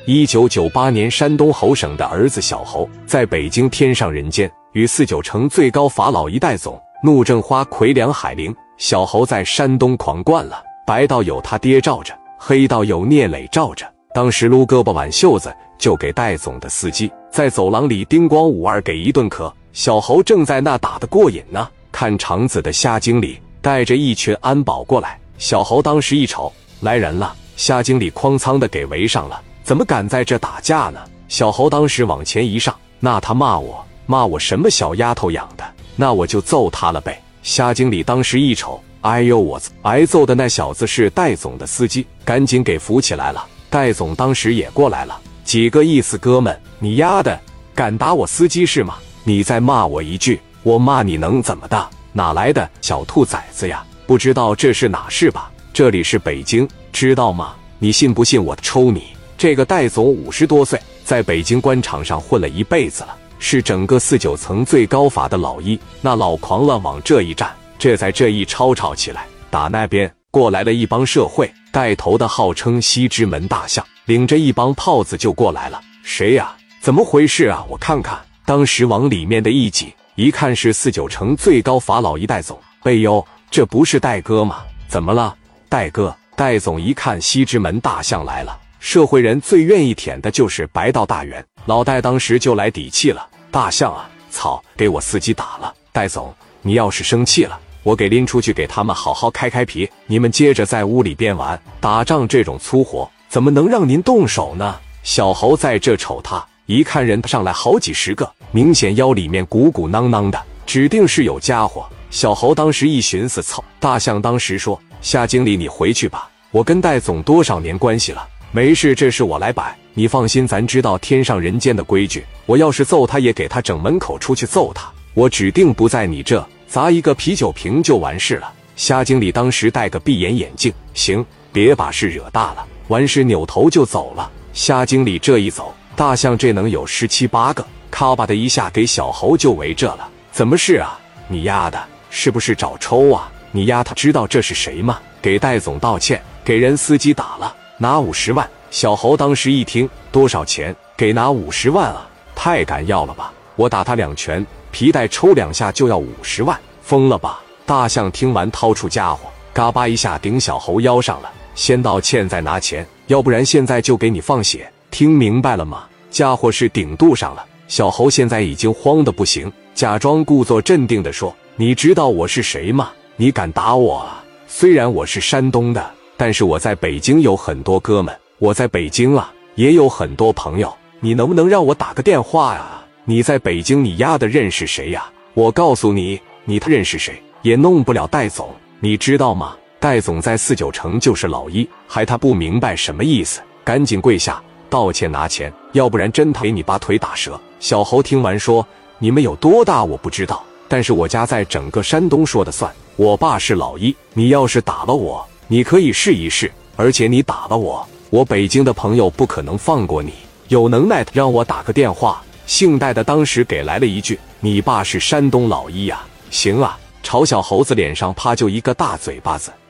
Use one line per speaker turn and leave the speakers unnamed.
1998年，山东侯省的儿子小侯在北京天上人间，与49城最高法老一戴总怒症花魁梁海陵。小侯在山东狂惯了，白道有他爹罩着，黑道有聂磊罩着。当时撸胳膊挽袖子，就给戴总的司机在走廊里叮咣五二给一顿磕。小侯正在那打得过瘾呢，看场子的夏经理带着一群安保过来，小侯当时一瞅，来人了，夏经理哐仓的给围上了。怎么敢在这打架呢？小侯当时往前一上，那他骂我什么小丫头养的，那我就揍他了呗。夏经理当时一瞅，哎呦我挨揍的那小子是戴总的司机，赶紧给扶起来了。戴总当时也过来了，几个意思，哥们，你丫的敢打我司机是吗？你再骂我一句，我骂你能怎么的？哪来的小兔崽子呀？不知道这是哪是吧？这里是北京，知道吗？你信不信我抽你？这个戴总50多岁，在北京官场上混了一辈子了，是整个49层最高法的老一。那老狂了往这一站，这在这一吵起来，打那边过来了一帮社会，带头的号称西直门大象，领着一帮炮子就过来了。谁呀？怎么回事啊？我看看。当时往里面的一挤，一看是49城最高法老一戴总。哎呦，这不是戴哥吗？怎么了，戴哥？戴总一看西直门大象来了，社会人最愿意舔的就是白道大员，老戴当时就来底气了。大象啊，操，给我司机打了。戴总，你要是生气了，我给拎出去给他们好好开皮，你们接着在屋里边玩。打仗这种粗活怎么能让您动手呢？小侯在这瞅他，一看人上来好几十个，明显腰里面鼓鼓囊囊的，指定是有家伙。小侯当时一寻思，操！大象当时说，夏经理你回去吧，我跟戴总多少年关系了，没事，这事我来摆，你放心，咱知道天上人间的规矩，我要是揍他也给他整门口出去揍他，我指定不在你这，砸一个啤酒瓶就完事了。夏经理当时戴个闭眼眼镜，行，别把事惹大了，完事扭头就走了。夏经理这一走，大象这能有17、8个，咔吧的一下给小侯就围这了。怎么是啊？你丫的是不是找抽啊？你丫他知道这是谁吗？给戴总道歉，给人司机打了，拿50万。小侯当时一听，多少钱？给拿50万啊？太敢要了吧！我打他2拳，皮带抽2下就要50万，疯了吧？大象听完掏出家伙，嘎巴一下顶小侯腰上了，先道歉再拿钱，要不然现在就给你放血，听明白了吗？家伙是顶肚上了。小侯现在已经慌得不行，假装故作镇定地说，你知道我是谁吗？你敢打我啊？虽然我是山东的，但是我在北京有很多哥们，我在北京啊也有很多朋友，你能不能让我打个电话呀？你在北京你丫的认识谁呀？我告诉你，你他认识谁也弄不了戴总，你知道吗？戴总在49城就是老一，还他不明白什么意思，赶紧跪下道歉拿钱，要不然真他给你把腿打折。小侯听完说，你们有多大我不知道，但是我家在整个山东说的算，我爸是老一，你要是打了我，你可以试一试，而且你打了我，我北京的朋友不可能放过你，有能耐让我打个电话。姓戴的当时给来了一句，你爸是山东老一呀？行啊，朝小猴子脸上啪就一个大嘴巴子。